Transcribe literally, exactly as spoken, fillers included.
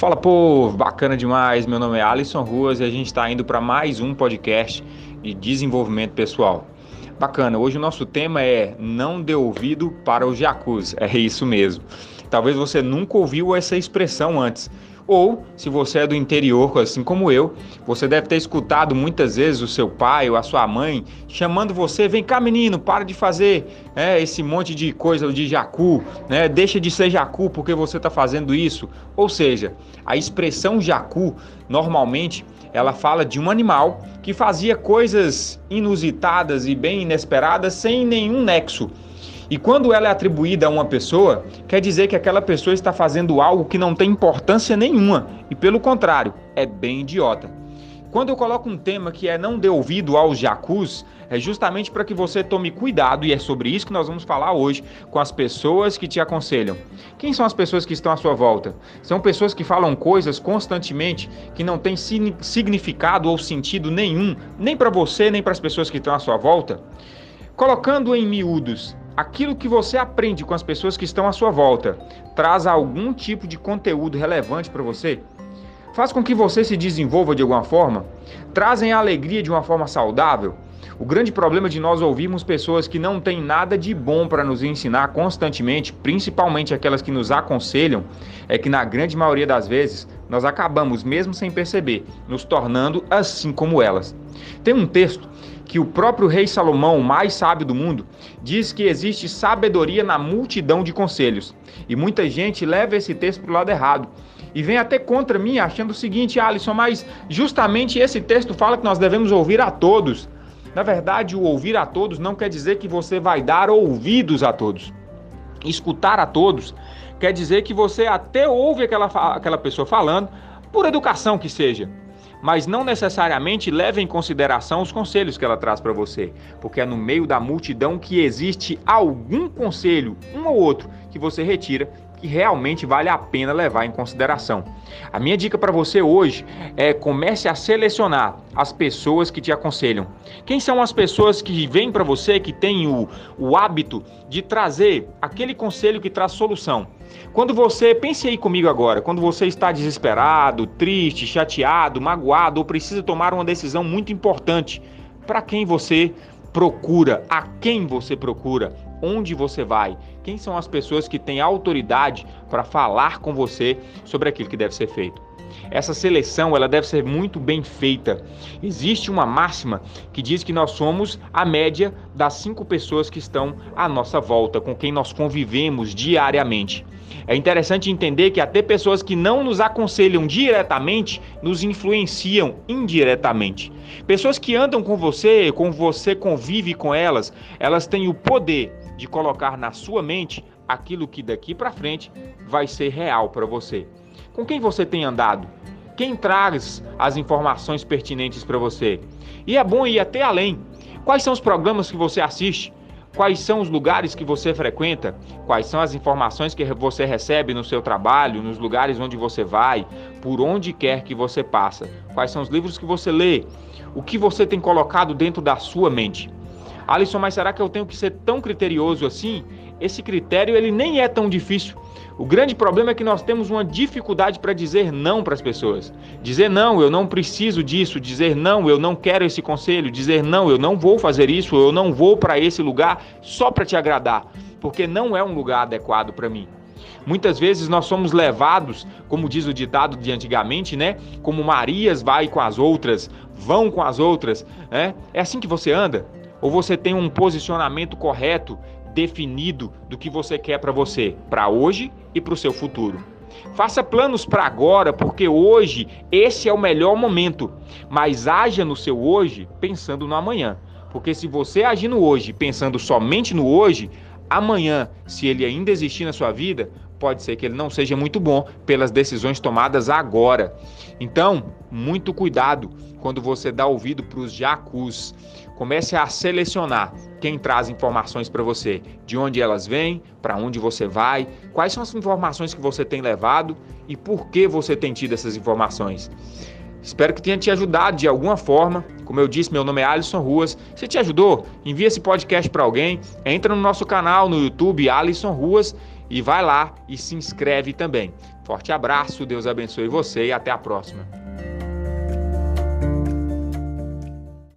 Fala, povo, bacana demais. Meu nome é Alisson Ruas e a gente está indo para mais um podcast de desenvolvimento pessoal. Bacana, hoje o nosso tema é não dê ouvido para o jacuzzi. É isso mesmo. Talvez você nunca ouviu essa expressão antes. Ou, se você é do interior, assim como eu, você deve ter escutado muitas vezes o seu pai ou a sua mãe chamando você: vem cá, menino, para de fazer é, esse monte de coisa de jacu, né? Deixa de ser jacu porque você está fazendo isso. Ou seja, a expressão jacu, normalmente, ela fala de um animal que fazia coisas inusitadas e bem inesperadas sem nenhum nexo. E quando ela é atribuída a uma pessoa, quer dizer que aquela pessoa está fazendo algo que não tem importância nenhuma e, pelo contrário, é bem idiota. Quando eu coloco um tema que é não dê ouvido aos jacus, é justamente para que você tome cuidado, e é sobre isso que nós vamos falar hoje, com as pessoas que te aconselham. Quem são as pessoas que estão à sua volta? São pessoas que falam coisas constantemente que não têm significado ou sentido nenhum, nem para você, nem para as pessoas que estão à sua volta? Colocando em miúdos, aquilo que você aprende com as pessoas que estão à sua volta traz algum tipo de conteúdo relevante para você? Faz com que você se desenvolva de alguma forma? Trazem a alegria de uma forma saudável? O grande problema de nós ouvirmos pessoas que não têm nada de bom para nos ensinar constantemente, principalmente aquelas que nos aconselham, é que na grande maioria das vezes nós acabamos, mesmo sem perceber, nos tornando assim como elas. Tem um texto que o próprio rei Salomão, o mais sábio do mundo, diz que existe sabedoria na multidão de conselhos. E muita gente leva esse texto para o lado errado. E vem até contra mim achando o seguinte: Alisson, mas justamente esse texto fala que nós devemos ouvir a todos. Na verdade, o ouvir a todos não quer dizer que você vai dar ouvidos a todos. Escutar a todos quer dizer que você até ouve aquela, aquela pessoa falando, por educação que seja, mas não necessariamente leve em consideração os conselhos que ela traz para você, porque é no meio da multidão que existe algum conselho, um ou outro, que você retira, que realmente vale a pena levar em consideração. A minha dica para você hoje é: comece a selecionar as pessoas que te aconselham. Quem são as pessoas que vêm para você, que têm o, o hábito de trazer aquele conselho que traz solução? Quando você, pense aí comigo agora, quando você está desesperado, triste, chateado, magoado ou precisa tomar uma decisão muito importante, para quem você procura? A quem você procura? Onde você vai? Quem são as pessoas que têm autoridade para falar com você sobre aquilo que deve ser feito? Essa seleção, ela deve ser muito bem feita. Existe uma máxima que diz que nós somos a média das cinco pessoas que estão à nossa volta, com quem nós convivemos diariamente. É interessante entender que até pessoas que não nos aconselham diretamente, nos influenciam indiretamente. Pessoas que andam com você, com você convive com elas, elas têm o poder de colocar na sua mente aquilo que daqui para frente vai ser real para você. Com quem você tem andado? Quem traz as informações pertinentes para você? E é bom ir até além. Quais são os programas que você assiste? Quais são os lugares que você frequenta? Quais são as informações que você recebe no seu trabalho, nos lugares onde você vai, por onde quer que você passa? Quais são os livros que você lê? O que você tem colocado dentro da sua mente? Alisson, mas será que eu tenho que ser tão criterioso assim? Esse critério, ele nem é tão difícil. O grande problema é que nós temos uma dificuldade para dizer não para as pessoas. Dizer não, eu não preciso disso. Dizer não, eu não quero esse conselho. Dizer não, eu não vou fazer isso. Eu não vou para esse lugar só para te agradar, porque não é um lugar adequado para mim. Muitas vezes nós somos levados, como diz o ditado de antigamente, né? Como Marias vai com as outras, vão com as outras, né? É assim que você anda? Ou você tem um posicionamento correto, definido do que você quer para você, para hoje e para o seu futuro? Faça planos para agora, porque hoje esse é o melhor momento, mas haja no seu hoje pensando no amanhã, porque se você agir no hoje pensando somente no hoje, amanhã, se ele ainda existir na sua vida, pode ser que ele não seja muito bom pelas decisões tomadas agora. Então, muito cuidado quando você dá ouvido para os jacus. Comece a selecionar quem traz informações para você, de onde elas vêm, para onde você vai, quais são as informações que você tem levado e por que você tem tido essas informações. Espero que tenha te ajudado de alguma forma. Como eu disse, meu nome é Alisson Ruas. Se te ajudou, envia esse podcast para alguém, entra no nosso canal no YouTube, Alisson Ruas, e vai lá e se inscreve também. Forte abraço, Deus abençoe você e até a próxima.